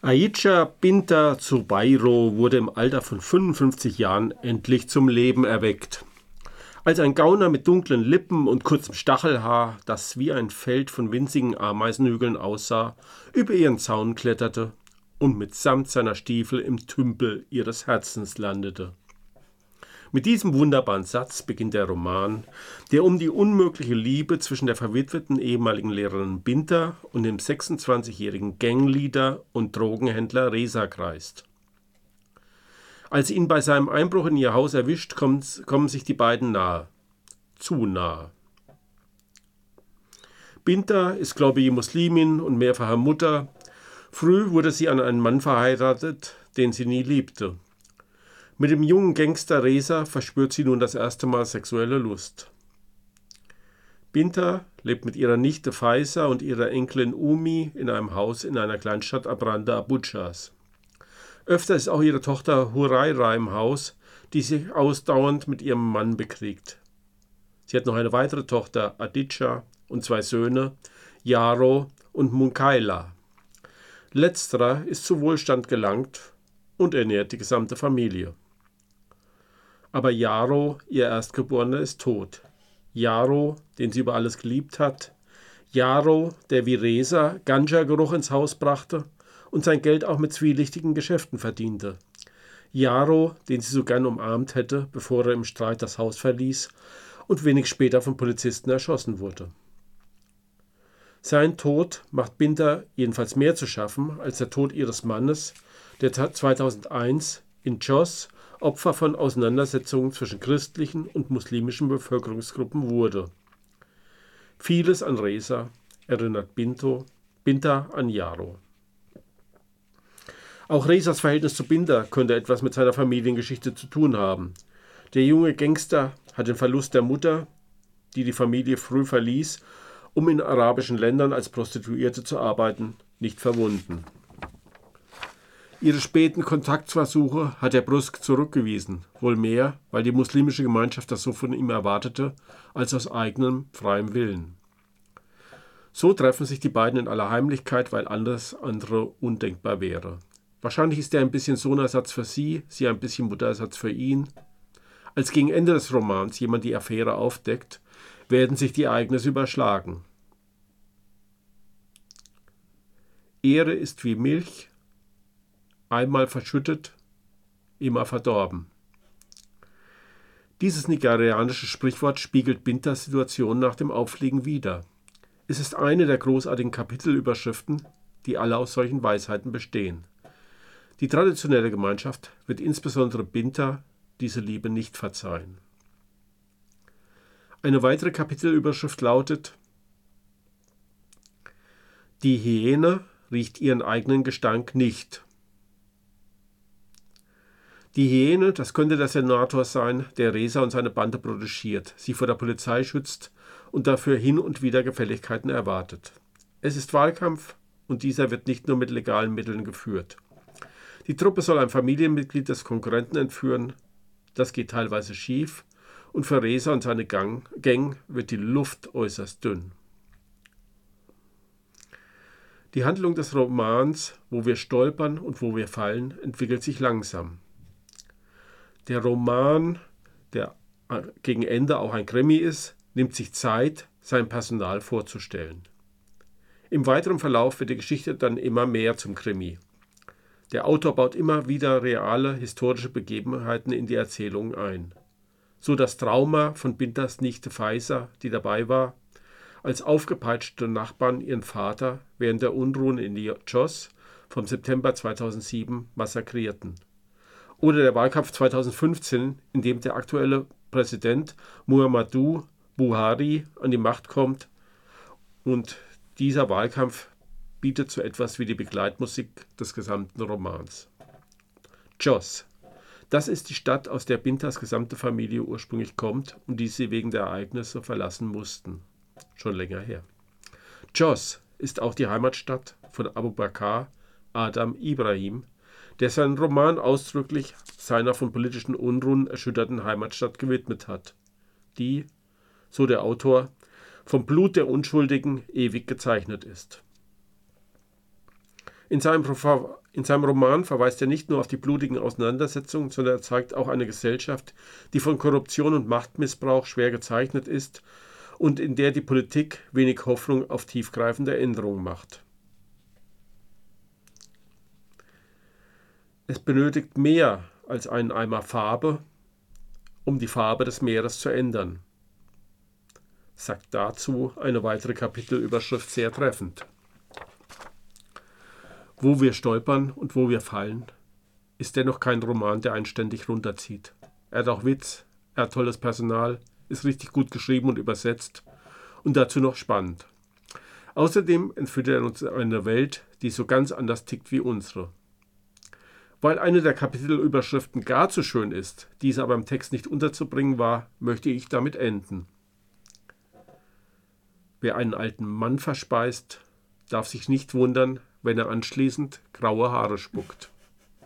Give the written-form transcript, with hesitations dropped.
Aicha Binta Zubairo wurde im Alter von 55 Jahren endlich zum Leben erweckt. Als ein Gauner mit dunklen Lippen und kurzem Stachelhaar, das wie ein Feld von winzigen Ameisenhügeln aussah, über ihren Zaun kletterte und mitsamt seiner Stiefel im Tümpel ihres Herzens landete. Mit diesem wunderbaren Satz beginnt der Roman, der um die unmögliche Liebe zwischen der verwitweten ehemaligen Lehrerin Binta und dem 26-jährigen Gangleader und Drogenhändler Reza kreist. Als ihn bei seinem Einbruch in ihr Haus erwischt, kommen sich die beiden nahe. Zu nahe. Binta ist gläubige Muslimin und mehrfache Mutter. Früh wurde sie an einen Mann verheiratet, den sie nie liebte. Mit dem jungen Gangster Reza verspürt sie nun das erste Mal sexuelle Lust. Binta lebt mit ihrer Nichte Faisa und ihrer Enkelin Umi in einem Haus in einer Kleinstadt am Rande Abujas. Öfter ist auch ihre Tochter Huraira im Haus, die sich ausdauernd mit ihrem Mann bekriegt. Sie hat noch eine weitere Tochter, Aditya, und zwei Söhne, Yaro und Munkaila. Letzterer ist zu Wohlstand gelangt und ernährt die gesamte Familie. Aber Yaro, ihr Erstgeborener, ist tot. Yaro, den sie über alles geliebt hat. Yaro, der wie Reza Ganja-Geruch ins Haus brachte und sein Geld auch mit zwielichtigen Geschäften verdiente. Yaro, den sie so gern umarmt hätte, bevor er im Streit das Haus verließ und wenig später von Polizisten erschossen wurde. Sein Tod macht Binta jedenfalls mehr zu schaffen als der Tod ihres Mannes, der 2001 in Jos Opfer von Auseinandersetzungen zwischen christlichen und muslimischen Bevölkerungsgruppen wurde. Vieles an Reza erinnert Binta an Yaro. Auch Rezas Verhältnis zu Binta könnte etwas mit seiner Familiengeschichte zu tun haben. Der junge Gangster hat den Verlust der Mutter, die Familie früh verließ, um in arabischen Ländern als Prostituierte zu arbeiten, nicht verwunden. Ihre späten Kontaktversuche hat er brüsk zurückgewiesen, wohl mehr, weil die muslimische Gemeinschaft das so von ihm erwartete, als aus eigenem freiem Willen. So treffen sich die beiden in aller Heimlichkeit, weil alles andere undenkbar wäre. Wahrscheinlich ist er ein bisschen Sohnersatz für sie ein bisschen Mutterersatz für ihn. Als gegen Ende des Romans jemand die Affäre aufdeckt, werden sich die Ereignisse überschlagen. Ehre ist wie Milch, einmal verschüttet, immer verdorben. Dieses nigerianische Sprichwort spiegelt Bintas Situation nach dem Auffliegen wider. Es ist eine der großartigen Kapitelüberschriften, die alle aus solchen Weisheiten bestehen. Die traditionelle Gemeinschaft wird insbesondere Binta diese Liebe nicht verzeihen. Eine weitere Kapitelüberschrift lautet: Die Hyäne riecht ihren eigenen Gestank nicht. Die Hyäne, das könnte der Senator sein, der Reza und seine Bande protegiert, sie vor der Polizei schützt und dafür hin und wieder Gefälligkeiten erwartet. Es ist Wahlkampf und dieser wird nicht nur mit legalen Mitteln geführt. Die Truppe soll ein Familienmitglied des Konkurrenten entführen. Das geht teilweise schief und für Reza und seine Gang wird die Luft äußerst dünn. Die Handlung des Romans, wo wir stolpern und wo wir fallen, entwickelt sich langsam. Der Roman, der gegen Ende auch ein Krimi ist, nimmt sich Zeit, sein Personal vorzustellen. Im weiteren Verlauf wird die Geschichte dann immer mehr zum Krimi. Der Autor baut immer wieder reale, historische Begebenheiten in die Erzählung ein. So das Trauma von Bintas Nichte Faisa, die dabei war, als aufgepeitschte Nachbarn ihren Vater während der Unruhen in Jos vom September 2007 massakrierten. Oder der Wahlkampf 2015, in dem der aktuelle Präsident Muhammadu Buhari an die Macht kommt. Und dieser Wahlkampf bietet so etwas wie die Begleitmusik des gesamten Romans. Jos. Das ist die Stadt, aus der Bintas gesamte Familie ursprünglich kommt und die sie wegen der Ereignisse verlassen mussten. Schon länger her. Jos ist auch die Heimatstadt von Abu Bakr Adam Ibrahim, der seinen Roman ausdrücklich seiner von politischen Unruhen erschütterten Heimatstadt gewidmet hat, die, so der Autor, vom Blut der Unschuldigen ewig gezeichnet ist. In seinem In seinem Roman verweist er nicht nur auf die blutigen Auseinandersetzungen, sondern er zeigt auch eine Gesellschaft, die von Korruption und Machtmissbrauch schwer gezeichnet ist und in der die Politik wenig Hoffnung auf tiefgreifende Änderungen macht. Es benötigt mehr als einen Eimer Farbe, um die Farbe des Meeres zu ändern, sagt dazu eine weitere Kapitelüberschrift sehr treffend. Wo wir stolpern und wo wir fallen, ist dennoch kein Roman, der einen ständig runterzieht. Er hat auch Witz, er hat tolles Personal, ist richtig gut geschrieben und übersetzt und dazu noch spannend. Außerdem entführt er uns in eine Welt, die so ganz anders tickt wie unsere. Weil eine der Kapitelüberschriften gar zu schön ist, diese aber im Text nicht unterzubringen war, möchte ich damit enden. Wer einen alten Mann verspeist, darf sich nicht wundern, wenn er anschließend graue Haare spuckt.